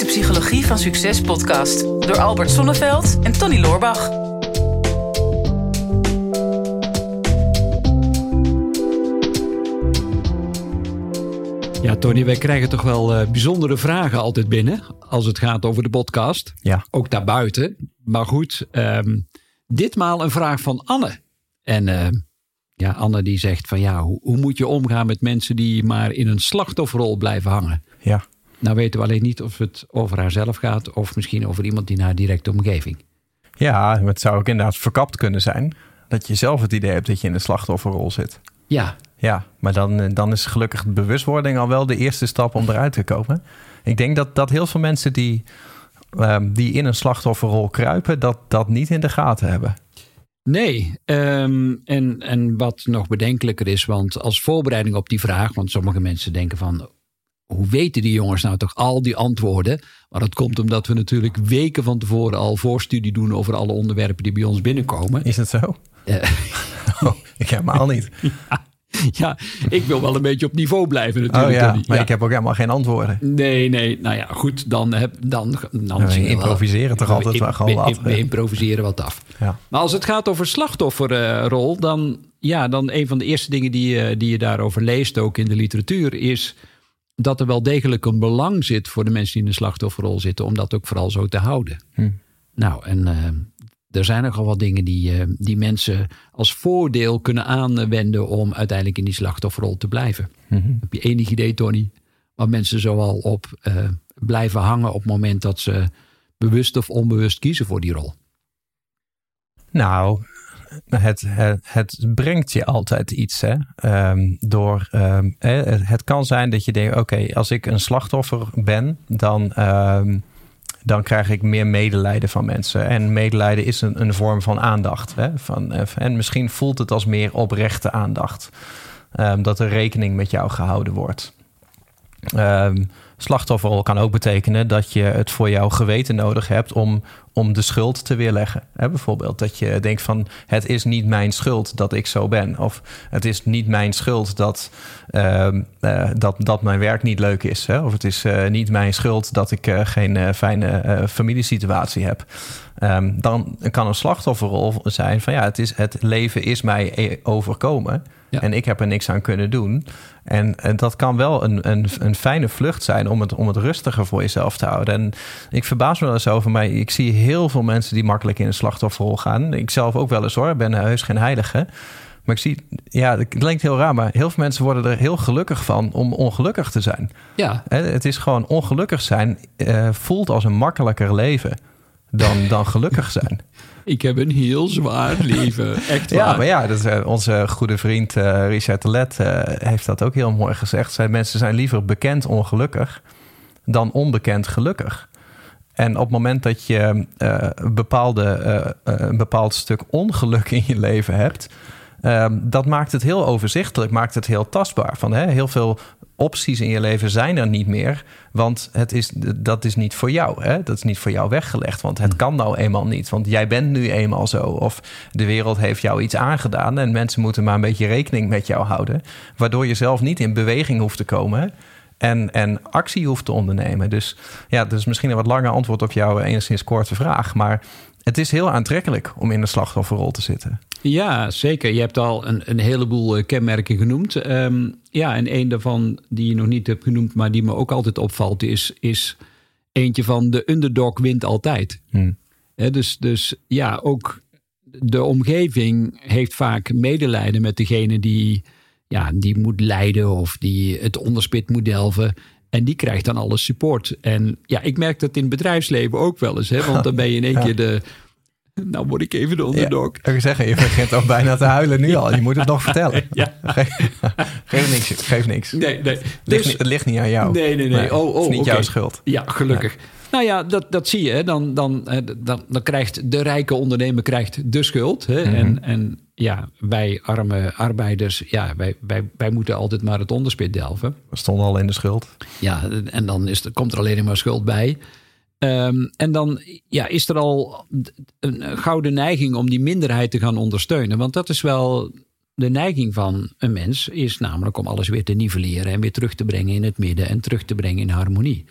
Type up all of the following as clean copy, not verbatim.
de Psychologie van Succes podcast door Albert Sonneveld en Tony Loorbach. Ja, Tony, wij krijgen toch wel bijzondere vragen altijd binnen als het gaat over de podcast. Ja. Ook daarbuiten. Maar goed, ditmaal een vraag van Anne. En Anne die zegt van hoe moet je omgaan met mensen die maar in een slachtofferrol blijven hangen? Ja. Nou weten we alleen niet of het over haarzelf gaat of misschien over iemand in haar directe omgeving. Ja, het zou ook inderdaad verkapt kunnen zijn. Dat je zelf het idee hebt dat je in een slachtofferrol zit. Ja. Ja, maar dan is gelukkig de bewustwording al wel de eerste stap om eruit te komen. Ik denk dat heel veel mensen die in een slachtofferrol kruipen, dat niet in de gaten hebben. Nee, en wat nog bedenkelijker is, want als voorbereiding op die vraag, want sommige mensen denken van, hoe weten die jongens nou toch al die antwoorden? Maar dat komt omdat we natuurlijk weken van tevoren al voorstudie doen over alle onderwerpen die bij ons binnenkomen. Is dat zo? Ik helemaal niet. Ja, ik wil wel een beetje op niveau blijven natuurlijk. Oh ja, maar ik heb ook helemaal geen antwoorden. Nee. Nou ja, goed, dan we improviseren toch altijd wel gewoon wat. We improviseren wat af. Ja. Maar als het gaat over slachtofferrol, dan een van de eerste dingen die je daarover leest, ook in de literatuur, is dat er wel degelijk een belang zit voor de mensen die in de slachtofferrol zitten, om dat ook vooral zo te houden. Nou, en er zijn nogal wat dingen die mensen als voordeel kunnen aanwenden om uiteindelijk in die slachtofferrol te blijven. Mm-hmm. Heb je enig idee, Tony, waar mensen zoal op blijven hangen op het moment dat ze bewust of onbewust kiezen voor die rol? Nou, het brengt je altijd iets. Hè? Het kan zijn dat je denkt, oké, als ik een slachtoffer ben, dan krijg ik meer medelijden van mensen. En medelijden is een vorm van aandacht. Hè? En misschien voelt het als meer oprechte aandacht. Dat er rekening met jou gehouden wordt. Slachtofferrol kan ook betekenen dat je het voor jouw geweten nodig hebt om de schuld te weerleggen. Bijvoorbeeld dat je denkt van, het is niet mijn schuld dat ik zo ben. Of het is niet mijn schuld dat mijn werk niet leuk is. Hè? Of het is niet mijn schuld dat ik geen fijne familiesituatie heb. Dan kan een slachtofferrol zijn van het leven is mij overkomen. Ja. En ik heb er niks aan kunnen doen. En dat kan wel een fijne vlucht zijn om het rustiger voor jezelf te houden. En ik verbaas me wel eens over, maar ik zie heel veel mensen die makkelijk in een slachtofferrol gaan. Ik zelf ook wel eens hoor, ik ben heus geen heilige. Maar ik zie, het klinkt heel raar, maar heel veel mensen worden er heel gelukkig van om ongelukkig te zijn. Ja. Het is gewoon ongelukkig zijn voelt als een makkelijker leven dan gelukkig zijn. Ik heb een heel zwaar leven, echt waar. Ja, maar onze goede vriend Richard Telet heeft dat ook heel mooi gezegd. Mensen zijn liever bekend ongelukkig dan onbekend gelukkig. En op het moment dat je een bepaald stuk ongeluk in je leven hebt, dat maakt het heel overzichtelijk, maakt het heel tastbaar. Heel veel opties in je leven zijn er niet meer, want dat is niet voor jou. Hè? Dat is niet voor jou weggelegd, want het kan nou eenmaal niet. Want jij bent nu eenmaal zo. Of de wereld heeft jou iets aangedaan en mensen moeten maar een beetje rekening met jou houden, waardoor je zelf niet in beweging hoeft te komen en actie hoeft te ondernemen. Dus dat is misschien een wat langer antwoord op jouw enigszins korte vraag, maar het is heel aantrekkelijk om in een slachtofferrol te zitten. Ja, zeker. Je hebt al een heleboel kenmerken genoemd. En een daarvan die je nog niet hebt genoemd, maar die me ook altijd opvalt, is eentje van de underdog wint altijd. Dus ook de omgeving heeft vaak medelijden met degene die moet leiden of die het onderspit moet delven. En die krijgt dan alle support. En ik merk dat in het bedrijfsleven ook wel eens. Hè? Want dan ben je in één keer nou word ik even de underdog. Ik wil zeggen, je begint al bijna te huilen nu al. Je moet het nog vertellen. Ja. Geef niks. Nee. Het ligt niet aan jou. Nee. Het is niet jouw schuld. Ja, gelukkig. Nou ja, dat zie je. Dan krijgt de rijke ondernemer de schuld. Hè? Mm-hmm. En wij arme arbeiders, wij moeten altijd maar het onderspit delven. We stonden al in de schuld. Ja, en dan komt er alleen maar schuld bij. En dan is er al een gouden neiging om die minderheid te gaan ondersteunen. Want dat is wel de neiging van een mens, is namelijk om alles weer te nivelleren en weer terug te brengen in het midden en terug te brengen in harmonie.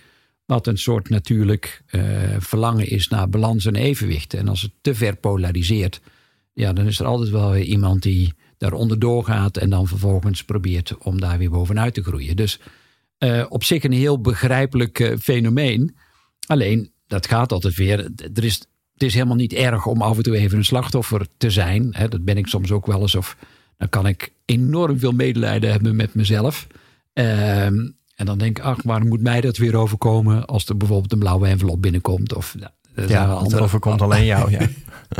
Wat een soort natuurlijk verlangen is naar balans en evenwicht. En als het te ver polariseert, ja, dan is er altijd wel weer iemand die daar onderdoor gaat en dan vervolgens probeert om daar weer bovenuit te groeien. Dus op zich een heel begrijpelijk fenomeen. Alleen, dat gaat altijd weer. Het is helemaal niet erg om af en toe even een slachtoffer te zijn. Hè, dat ben ik soms ook wel eens. Of dan kan ik enorm veel medelijden hebben met mezelf. En dan denk ik, waarom moet mij dat weer overkomen als er bijvoorbeeld een blauwe envelop binnenkomt? Of, het overkomt alleen jou, ja.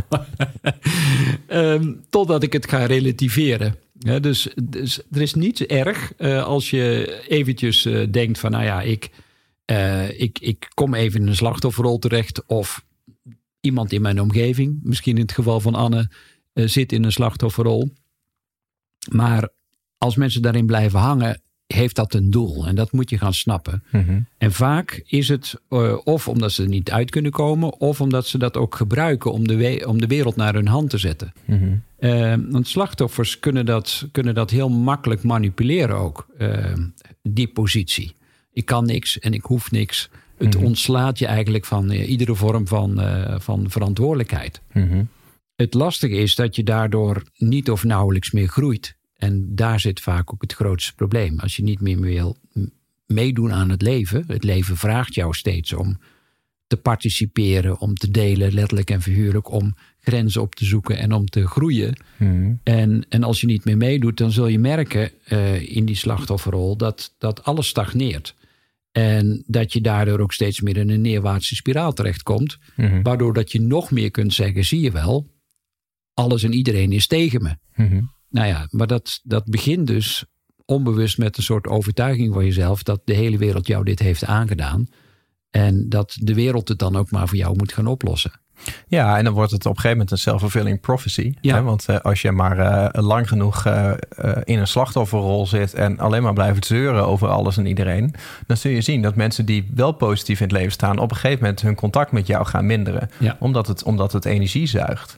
Totdat ik het ga relativeren. Ja, dus er is niets erg als je eventjes denkt van, nou ja, ik kom even in een slachtofferrol terecht. Of iemand in mijn omgeving, misschien in het geval van Anne, zit in een slachtofferrol. Maar als mensen daarin blijven hangen, heeft dat een doel. En dat moet je gaan snappen. Mm-hmm. En vaak is het of omdat ze er niet uit kunnen komen, of omdat ze dat ook gebruiken om de wereld naar hun hand te zetten. Mm-hmm. Want slachtoffers kunnen dat heel makkelijk manipuleren ook. Die positie. Ik kan niks en ik hoef niks. Het ontslaat je eigenlijk van iedere vorm van verantwoordelijkheid. Mm-hmm. Het lastige is dat je daardoor niet of nauwelijks meer groeit. En daar zit vaak ook het grootste probleem. Als je niet meer wil meedoen aan het leven vraagt jou steeds om te participeren, om te delen, letterlijk en figuurlijk, om grenzen op te zoeken en om te groeien. Mm. En als je niet meer meedoet, dan zul je merken in die slachtofferrol dat alles stagneert. En dat je daardoor ook steeds meer in een neerwaartse spiraal terechtkomt. Mm-hmm. Waardoor dat je nog meer kunt zeggen, zie je wel, alles en iedereen is tegen me. Mm-hmm. Nou ja, maar dat begint dus onbewust met een soort overtuiging van jezelf dat de hele wereld jou dit heeft aangedaan. En dat de wereld het dan ook maar voor jou moet gaan oplossen. Ja, en dan wordt het op een gegeven moment een self-fulfilling prophecy. Ja. Hè? Want als je maar lang genoeg in een slachtofferrol zit en alleen maar blijft zeuren over alles en iedereen, dan zul je zien dat mensen die wel positief in het leven staan, op een gegeven moment hun contact met jou gaan minderen. Ja. Omdat het energie zuigt.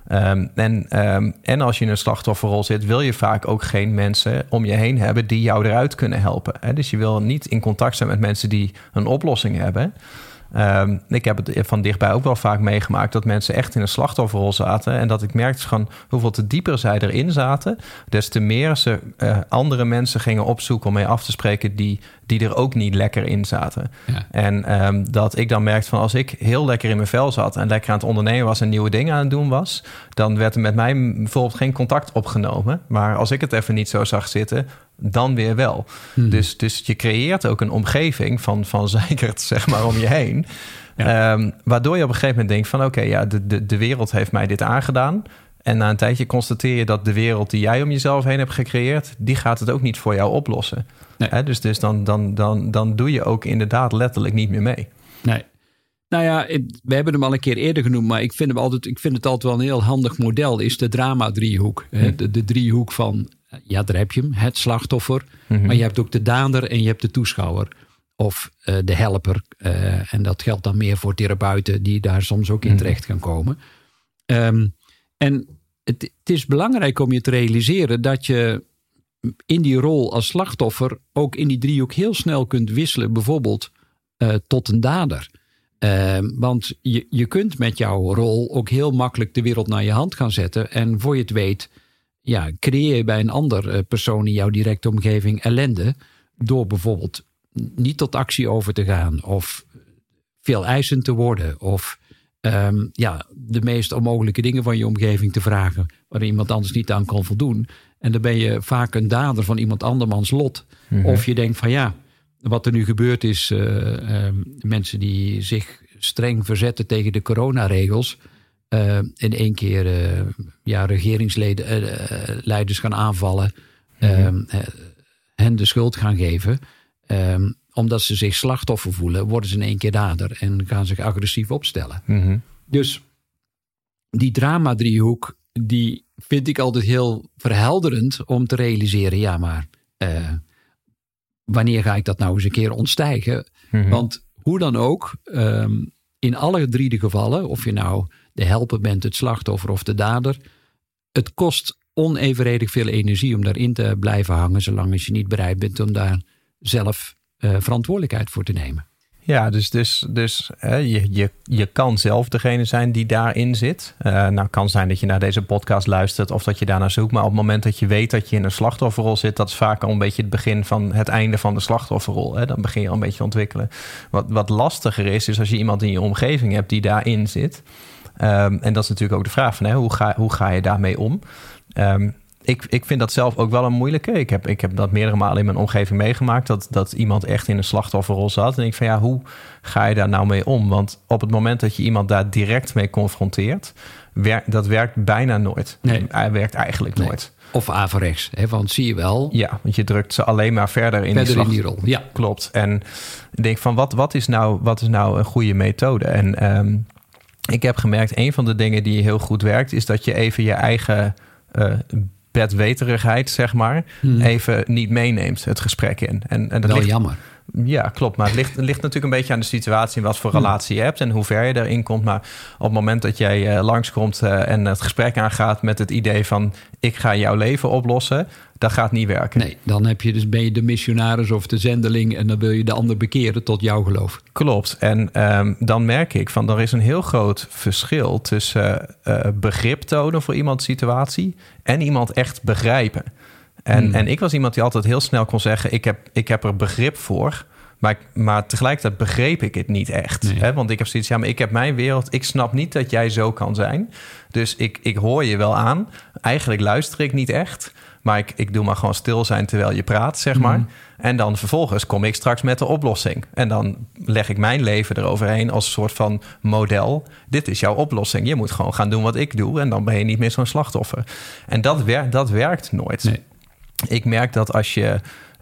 En als je in een slachtofferrol zit, wil je vaak ook geen mensen om je heen hebben die jou eruit kunnen helpen. Hè? Dus je wil niet in contact zijn met mensen die een oplossing hebben. Ik heb het van dichtbij ook wel vaak meegemaakt dat mensen echt in een slachtofferrol zaten. En dat ik merkte gewoon hoeveel te dieper zij erin zaten, des te meer ze andere mensen gingen opzoeken om mee af te spreken die er ook niet lekker in zaten. Ja. En dat ik dan merkte van als ik heel lekker in mijn vel zat en lekker aan het ondernemen was en nieuwe dingen aan het doen was, dan werd er met mij bijvoorbeeld geen contact opgenomen. Maar als ik het even niet zo zag zitten, dan weer wel. Dus je creëert ook een omgeving van zeikert, zeg maar, om je heen. Ja. Waardoor je op een gegeven moment denkt van oké, de wereld heeft mij dit aangedaan. En na een tijdje constateer je dat de wereld die jij om jezelf heen hebt gecreëerd, die gaat het ook niet voor jou oplossen. Nee. Dus dan doe je ook inderdaad letterlijk niet meer mee. Nee. Nou ja, we hebben hem al een keer eerder genoemd, maar ik vind het altijd wel een heel handig model, is de drama-driehoek. De driehoek van, ja, daar heb je hem, het slachtoffer, maar je hebt ook de dader en je hebt de toeschouwer. Of de helper. En dat geldt dan meer voor therapeuten die daar soms ook in terecht gaan komen. En het is belangrijk om je te realiseren dat je in die rol als slachtoffer ook in die driehoek heel snel kunt wisselen, bijvoorbeeld tot een dader. Want je kunt met jouw rol ook heel makkelijk de wereld naar je hand gaan zetten. En voor je het weet, ja, creëer je bij een ander persoon in jouw directe omgeving ellende. Door bijvoorbeeld niet tot actie over te gaan. Of veel eisend te worden. Of de meest onmogelijke dingen van je omgeving te vragen. Waar iemand anders niet aan kan voldoen. En dan ben je vaak een dader van iemand andermans lot. Mm-hmm. Of je denkt van ja, wat er nu gebeurd is, mensen die zich streng verzetten tegen de coronaregels, in één keer regeringsleiders gaan aanvallen, hen de schuld gaan geven, omdat ze zich slachtoffer voelen, worden ze in één keer dader en gaan zich agressief opstellen. Mm-hmm. Dus die drama-driehoek, die vind ik altijd heel verhelderend om te realiseren, ja, maar wanneer ga ik dat nou eens een keer ontstijgen? Mm-hmm. Want hoe dan ook, in alle drie de gevallen, of je nou de helper bent, het slachtoffer of de dader, het kost onevenredig veel energie om daarin te blijven hangen, zolang als je niet bereid bent om daar zelf verantwoordelijkheid voor te nemen. Ja, dus je kan zelf degene zijn die daarin zit. Nou, kan zijn dat je naar deze podcast luistert of dat je daarnaar zoekt. Maar op het moment dat je weet dat je in een slachtofferrol zit, dat is vaak al een beetje het begin van het einde van de slachtofferrol. Hè? Dan begin je al een beetje te ontwikkelen. Wat lastiger is als je iemand in je omgeving hebt die daarin zit. En dat is natuurlijk ook de vraag van hoe ga je daarmee om? Ik vind dat zelf ook wel een moeilijke. Ik heb dat meerdere malen in mijn omgeving meegemaakt. Dat iemand echt in een slachtofferrol zat. En ik van hoe ga je daar nou mee om? Want op het moment dat je iemand daar direct mee confronteert, dat werkt bijna nooit. Nee. Hij werkt eigenlijk nooit. Of averechts, want zie je wel. Ja, want je drukt ze alleen maar verder in die rol. Ja, klopt. En ik denk van wat is nou een goede methode? En ik heb gemerkt, een van de dingen die heel goed werkt, is dat je even je eigen bedweterigheid, zeg maar, even niet meeneemt het gesprek in. En dat wel ligt, jammer. Ja, klopt. Maar het ligt natuurlijk een beetje aan de situatie en wat voor relatie je hebt en hoe ver je erin komt. Maar op het moment dat jij langskomt en het gesprek aangaat met het idee van ik ga jouw leven oplossen, dat gaat niet werken. Nee, dan ben je de missionaris of de zendeling en dan wil je de ander bekeren tot jouw geloof. Klopt. En dan merk ik van er is een heel groot verschil tussen begrip tonen voor iemands situatie en iemand echt begrijpen. En ik was iemand die altijd heel snel kon zeggen, ik heb er begrip voor. Maar tegelijkertijd begreep ik het niet echt. Nee. Hè? Want ik heb zoiets, maar ik heb mijn wereld. Ik snap niet dat jij zo kan zijn. Dus ik hoor je wel aan. Eigenlijk luister ik niet echt. Maar ik doe maar gewoon stil zijn terwijl je praat, zeg maar. En dan vervolgens kom ik straks met de oplossing. En dan leg ik mijn leven eroverheen als een soort van model. Dit is jouw oplossing. Je moet gewoon gaan doen wat ik doe. En dan ben je niet meer zo'n slachtoffer. En dat werkt nooit. Nee. Ik merk dat als je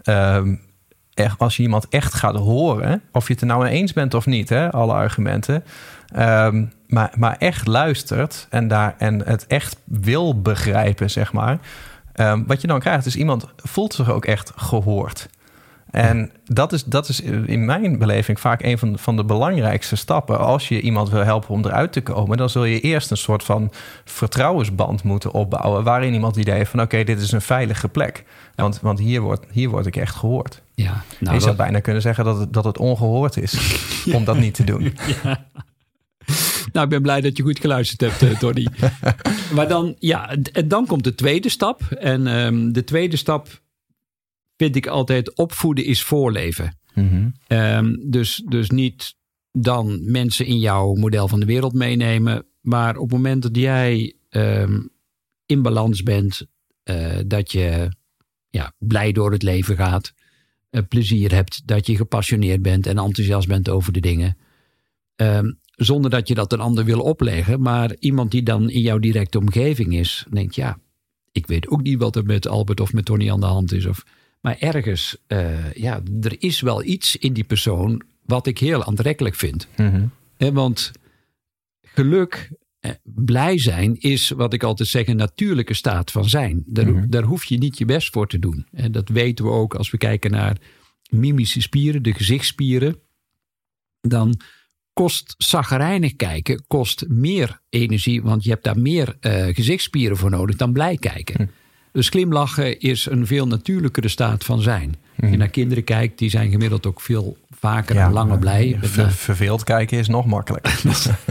iemand echt gaat horen, of je het er nou mee eens bent of niet, alle argumenten, maar echt luistert en het echt wil begrijpen, zeg maar. Wat je dan krijgt is iemand voelt zich ook echt gehoord. En dat is in mijn beleving vaak een van de belangrijkste stappen. Als je iemand wil helpen om eruit te komen, dan zul je eerst een soort van vertrouwensband moeten opbouwen, waarin iemand het idee heeft van oké, dit is een veilige plek. Want hier word ik echt gehoord. Ja, je zou bijna kunnen zeggen dat het ongehoord is om dat niet te doen. Ja. Nou, ik ben blij dat je goed geluisterd hebt, Tony. Maar dan komt de tweede stap. En de tweede stap vind ik altijd opvoeden is voorleven. Dus niet dan mensen in jouw model van de wereld meenemen. Maar op het moment dat jij in balans bent, dat je blij door het leven gaat, plezier hebt, dat je gepassioneerd bent en enthousiast bent over de dingen. Zonder dat je dat een ander wil opleggen. Maar iemand die dan in jouw directe omgeving is, denkt ik weet ook niet wat er met Albert of met Tony aan de hand is. Maar ergens, er is wel iets in die persoon wat ik heel aantrekkelijk vind. Want geluk, blij zijn is wat ik altijd zeg een natuurlijke staat van zijn. Daar hoef je niet je best voor te doen. En dat weten we ook als we kijken naar mimische spieren, de gezichtsspieren. Dan kost chagrijnig kijken, kost meer energie, want je hebt daar meer gezichtsspieren voor nodig dan blij kijken. Dus glimlachen is een veel natuurlijkere staat van zijn. Als je naar kinderen kijkt, die zijn gemiddeld ook veel vaker en langer blij. Verveeld kijken is nog makkelijker.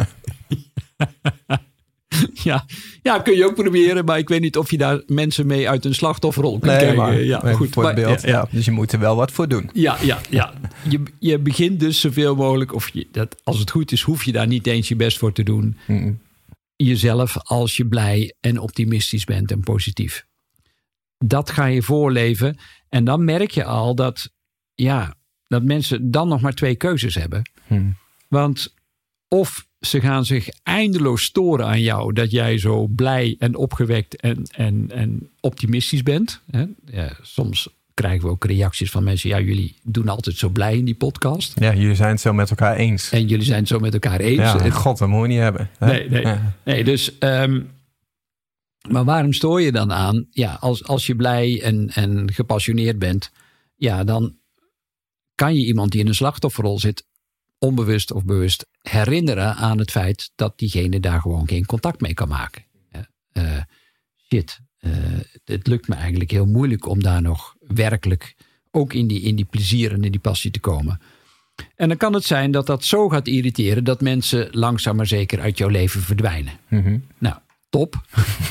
Ja, kun je ook proberen, maar ik weet niet of je daar mensen mee uit een slachtofferrol kunt krijgen. Maar goed, voor het beeld. Dus je moet er wel wat voor doen. Ja. Je begint dus zoveel mogelijk, als het goed is, hoef je daar niet eens je best voor te doen. Jezelf als je blij en optimistisch bent en positief. Dat ga je voorleven. En dan merk je al dat mensen dan nog maar twee keuzes hebben. Want of ze gaan zich eindeloos storen aan jou dat jij zo blij en opgewekt en optimistisch bent. Soms krijgen we ook reacties van mensen. Jullie doen altijd zo blij in die podcast. Ja, jullie zijn het zo met elkaar eens. En jullie zijn het zo met elkaar eens. Ja, god, dat moet je niet hebben. Nee, dus maar waarom stoor je dan aan? Ja, als je blij en gepassioneerd bent, dan kan je iemand die in een slachtofferrol zit, onbewust of bewust, herinneren aan het feit dat diegene daar gewoon geen contact mee kan maken. Het lukt me eigenlijk heel moeilijk om daar nog werkelijk ook in die plezier en in die passie te komen. En dan kan het zijn dat dat zo gaat irriteren dat mensen langzaam maar zeker uit jouw leven verdwijnen. Mm-hmm. Nou, top.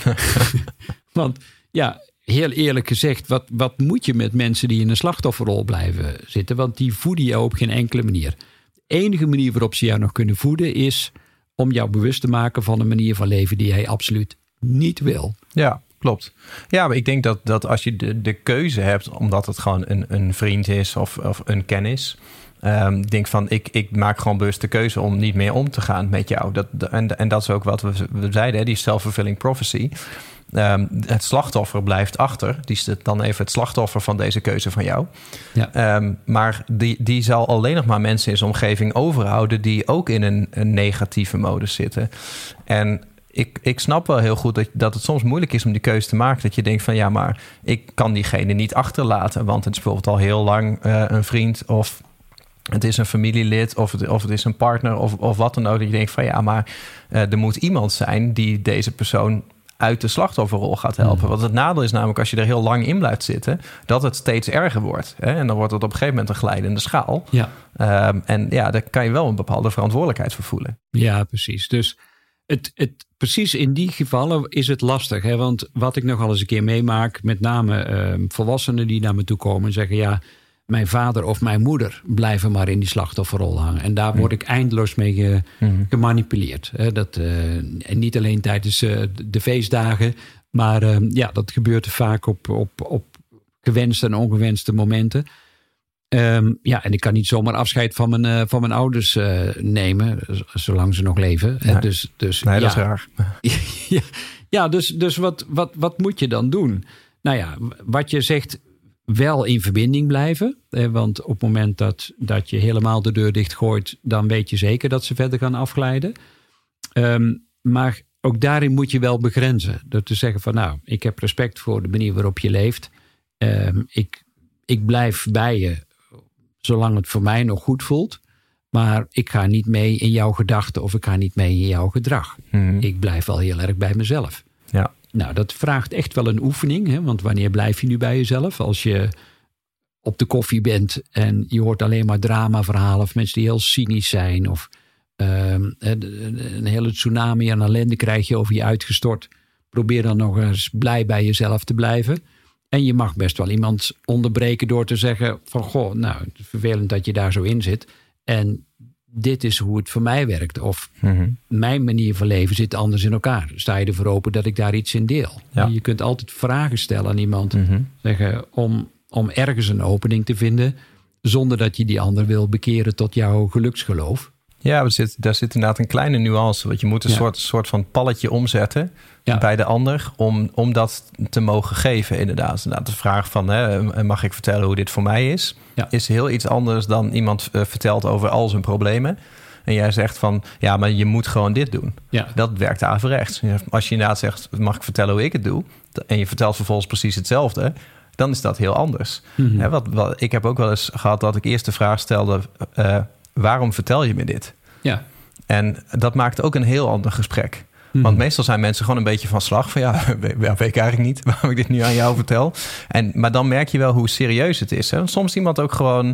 Want ja, heel eerlijk gezegd, wat moet je met mensen die in een slachtofferrol blijven zitten? Want die voeden jou op geen enkele manier. De enige manier waarop ze jou nog kunnen voeden is om jou bewust te maken van een manier van leven die jij absoluut niet wil. Ja, klopt. Ja, maar ik denk dat als je de keuze hebt, omdat het gewoon een vriend is of een kennis. Ik denk van, ik maak gewoon bewust de keuze om niet meer om te gaan met jou. En dat is ook wat we zeiden, hè, die self-fulfilling prophecy. Het slachtoffer blijft achter. Die is dan even het slachtoffer van deze keuze van jou. Ja. Maar die zal alleen nog maar mensen in zijn omgeving overhouden die ook in een negatieve modus zitten. En ik snap wel heel goed dat het soms moeilijk is om die keuze te maken. Dat je denkt van ja, maar ik kan diegene niet achterlaten. Want het is bijvoorbeeld al heel lang een vriend of het is een familielid of het is een partner of wat dan ook. Dat je denkt van ja, maar er moet iemand zijn die deze persoon uit de slachtofferrol gaat helpen. Want het nadeel is namelijk als je er heel lang in blijft zitten, dat het steeds erger wordt. Hè? En dan wordt het op een gegeven moment een glijdende schaal. Ja. En ja, daar kan je wel een bepaalde verantwoordelijkheid voor voelen. Ja, precies. Dus precies in die gevallen is het lastig. Hè? Want wat ik nogal eens een keer meemaak, met name volwassenen die naar me toe komen en zeggen ja, mijn vader of mijn moeder blijven maar in die slachtofferrol hangen. En daar word ik eindeloos mee gemanipuleerd. En niet alleen tijdens de feestdagen, maar dat gebeurt vaak op gewenste en ongewenste momenten. En ik kan niet zomaar afscheid van mijn ouders nemen, zolang ze nog leven. Nee, dus dat is raar. Dus wat moet je dan doen? Nou ja, wat je zegt, wel in verbinding blijven. Want op het moment dat je helemaal de deur dichtgooit, dan weet je zeker dat ze verder gaan afglijden. Maar ook daarin moet je wel begrenzen. Door te zeggen van nou, ik heb respect voor de manier waarop je leeft. Ik blijf bij je zolang het voor mij nog goed voelt. Maar ik ga niet mee in jouw gedachten of ik ga niet mee in jouw gedrag. Mm-hmm. Ik blijf wel heel erg bij mezelf. Ja. Nou, dat vraagt echt wel een oefening. Hè? Want wanneer blijf je nu bij jezelf? Als je op de koffie bent en je hoort alleen maar dramaverhalen of mensen die heel cynisch zijn of een hele tsunami aan ellende krijg je over je uitgestort. Probeer dan nog eens blij bij jezelf te blijven. En je mag best wel iemand onderbreken door te zeggen van goh, nou, het is vervelend dat je daar zo in zit. En dit is hoe het voor mij werkt. Of mijn manier van leven zit anders in elkaar. Sta je ervoor open dat ik daar iets in deel? Ja. Je kunt altijd vragen stellen aan iemand. Zeggen, om ergens een opening te vinden, zonder dat je die ander wil bekeren tot jouw geluksgeloof. Ja, daar zit inderdaad een kleine nuance. Want je moet een soort van palletje omzetten bij de ander om dat te mogen geven. Inderdaad de vraag van mag ik vertellen hoe dit voor mij is? Ja. Is heel iets anders dan iemand vertelt over al zijn problemen. En jij zegt van ja, maar je moet gewoon dit doen. Ja. Dat werkt averechts. Als je inderdaad zegt, mag ik vertellen hoe ik het doe? En je vertelt vervolgens precies hetzelfde, dan is dat heel anders. Ik heb ook wel eens gehad dat ik eerst de vraag stelde, waarom vertel je me dit? Ja. En dat maakt ook een heel ander gesprek. Want meestal zijn mensen gewoon een beetje van slag. Van weet ik eigenlijk niet waarom ik dit nu aan jou vertel. Maar dan merk je wel hoe serieus het is. Hè? Soms iemand ook gewoon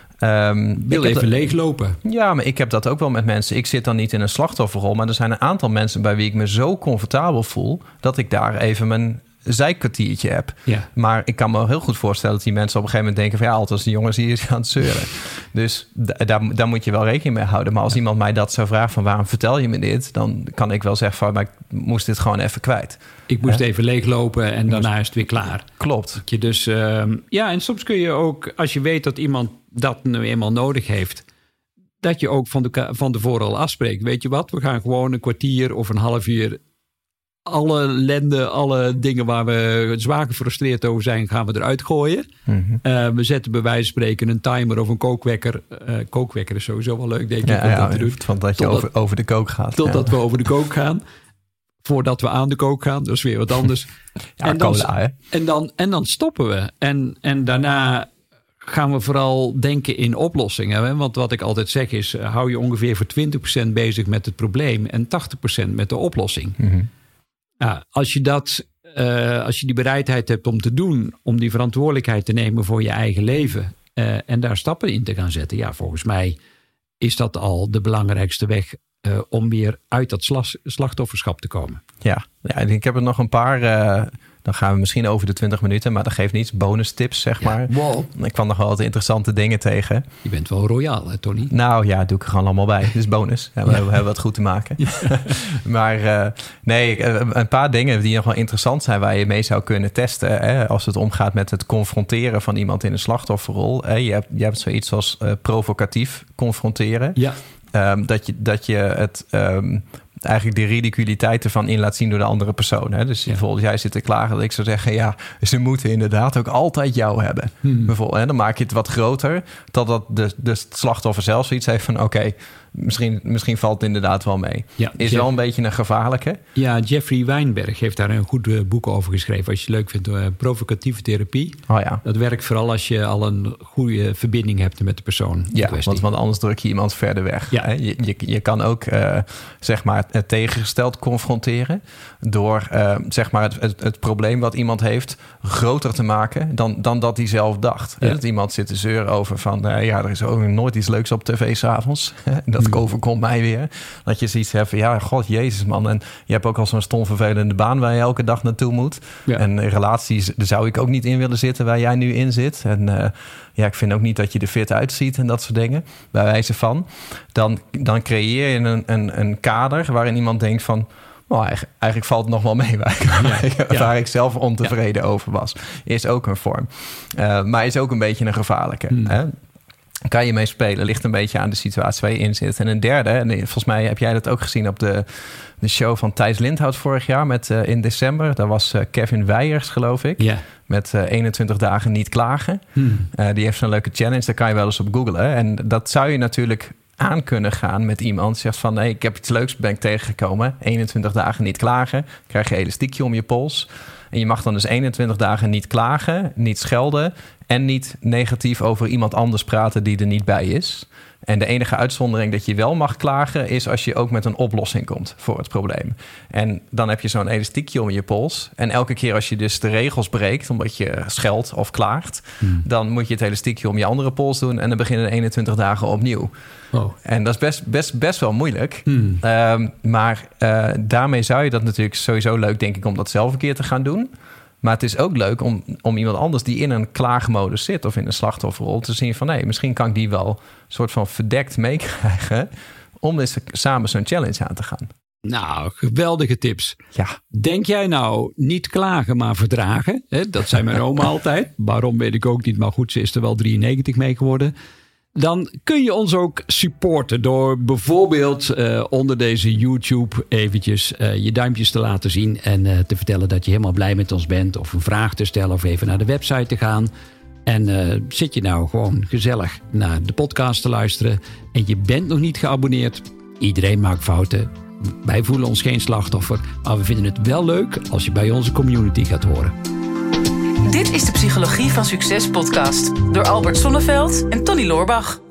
wil even leeglopen. Ja, maar ik heb dat ook wel met mensen. Ik zit dan niet in een slachtofferrol. Maar er zijn een aantal mensen bij wie ik me zo comfortabel voel dat ik daar even mijn zijkwartiertje heb. Ja. Maar ik kan me heel goed voorstellen dat die mensen op een gegeven moment denken van altijd die jongens hier gaan zeuren. Dus daar moet je wel rekening mee houden. Maar als iemand mij dat zou vragen van waarom vertel je me dit, dan kan ik wel zeggen van maar ik moest dit gewoon even kwijt. Ik moest even leeglopen en daarna is het weer klaar. Klopt. Dus en soms kun je ook, als je weet dat iemand dat nu eenmaal nodig heeft, dat je ook van tevoren al afspreekt. Weet je wat, we gaan gewoon een kwartier of een half uur alle ellende, alle dingen waar we zwaar gefrustreerd over zijn, gaan we eruit gooien. We zetten bij wijze van spreken een timer of een kookwekker. Kookwekker is sowieso wel leuk, denk ik. Dat te doen. Van dat je over de kook gaat. Totdat we over de kook gaan. Voordat we aan de kook gaan. Dat is weer wat anders. En dan stoppen we. En daarna gaan we vooral denken in oplossingen. Hè? Want wat ik altijd zeg is, hou je ongeveer voor 20% bezig met het probleem en 80% met de oplossing. Ja, als je die bereidheid hebt om te doen, om die verantwoordelijkheid te nemen voor je eigen leven en daar stappen in te gaan zetten. Ja, volgens mij is dat al de belangrijkste weg om weer uit dat slachtofferschap te komen. Ja, ik heb er nog een paar. Dan gaan we misschien over de 20 minuten, maar dat geeft niets. Bonus tips, zeg maar. Wow. Ik kwam nog wel wat interessante dingen tegen. Je bent wel royaal, hè, Tony? Nou ja, doe ik er gewoon allemaal bij. Dit is bonus. Ja, we hebben wat goed te maken. Ja. Maar een paar dingen die nog wel interessant zijn waar je mee zou kunnen testen. Hè, als het omgaat met het confronteren van iemand in een slachtofferrol. Je hebt zoiets als provocatief confronteren. Ja. Dat je het eigenlijk de ridiculiteit ervan in laat zien door de andere persoon. Hè? Dus bijvoorbeeld jij zit te klagen dat ik zou zeggen, ja, ze moeten inderdaad ook altijd jou hebben. Bijvoorbeeld, hè? Dan maak je het wat groter, totdat de slachtoffer zelf zoiets heeft van oké, misschien valt het inderdaad wel mee. Ja, is wel een beetje een gevaarlijke. Ja, Jeffrey Weinberg heeft daar een goed boek over geschreven. Als je het leuk vindt, provocatieve therapie. Oh ja. Dat werkt vooral als je al een goede verbinding hebt met de persoon. Ja, want anders druk je iemand verder weg. Ja. Hè? Je kan ook zeg maar het tegengesteld confronteren door zeg maar het probleem wat iemand heeft groter te maken dan dat hij zelf dacht. Ja. Dat iemand zit te zeuren over van er is ook nooit iets leuks op tv 's avonds. Dat overkomt mij weer. Dat je zoiets hebt van ja, god, jezus man. En je hebt ook al zo'n stom vervelende baan waar je elke dag naartoe moet. Ja. En relaties, daar zou ik ook niet in willen zitten waar jij nu in zit. En ik vind ook niet dat je er fit uitziet en dat soort dingen. Bij wijze van. Dan creëer je een kader waarin iemand denkt van eigenlijk valt het nog wel mee waar ik zelf ontevreden over was. Is ook een vorm. Maar is ook een beetje een gevaarlijke. Hè? Kan je mee spelen, ligt een beetje aan de situatie waar je in zit. En een derde, en volgens mij heb jij dat ook gezien op de show van Thijs Lindhout vorig jaar met in december. Daar was Kevin Weijers, geloof ik. Yeah. Met 21 dagen niet klagen. Die heeft zo'n leuke challenge, daar kan je wel eens op googlen. En dat zou je natuurlijk aan kunnen gaan met iemand. Zegt van, nee, ik heb iets leuks, ben ik tegengekomen. 21 dagen niet klagen. Krijg je een elastiekje om je pols. En je mag dan dus 21 dagen niet klagen, niet schelden en niet negatief over iemand anders praten die er niet bij is. En de enige uitzondering dat je wel mag klagen is als je ook met een oplossing komt voor het probleem. En dan heb je zo'n elastiekje om je pols. En elke keer als je dus de regels breekt, omdat je scheldt of klaagt, dan moet je het elastiekje om je andere pols doen en dan beginnen de 21 dagen opnieuw. Oh. En dat is best wel moeilijk. Maar daarmee zou je dat natuurlijk sowieso leuk, denk ik, om dat zelf een keer te gaan doen. Maar het is ook leuk om iemand anders die in een klaagmodus zit of in een slachtofferrol te zien van misschien kan ik die wel een soort van verdekt meekrijgen om eens samen zo'n challenge aan te gaan. Nou, geweldige tips. Ja. Denk jij nou niet klagen, maar verdragen? Dat zei mijn oma altijd. Waarom weet ik ook niet, maar goed, ze is er wel 93 mee geworden. Dan kun je ons ook supporten door bijvoorbeeld onder deze YouTube eventjes je duimpjes te laten zien en te vertellen dat je helemaal blij met ons bent of een vraag te stellen of even naar de website te gaan. En zit je nou gewoon gezellig naar de podcast te luisteren en je bent nog niet geabonneerd? Iedereen maakt fouten. Wij voelen ons geen slachtoffer, maar we vinden het wel leuk als je bij onze community gaat horen. Dit is de Psychologie van Succes podcast door Albert Sonneveld en Tony Loorbach.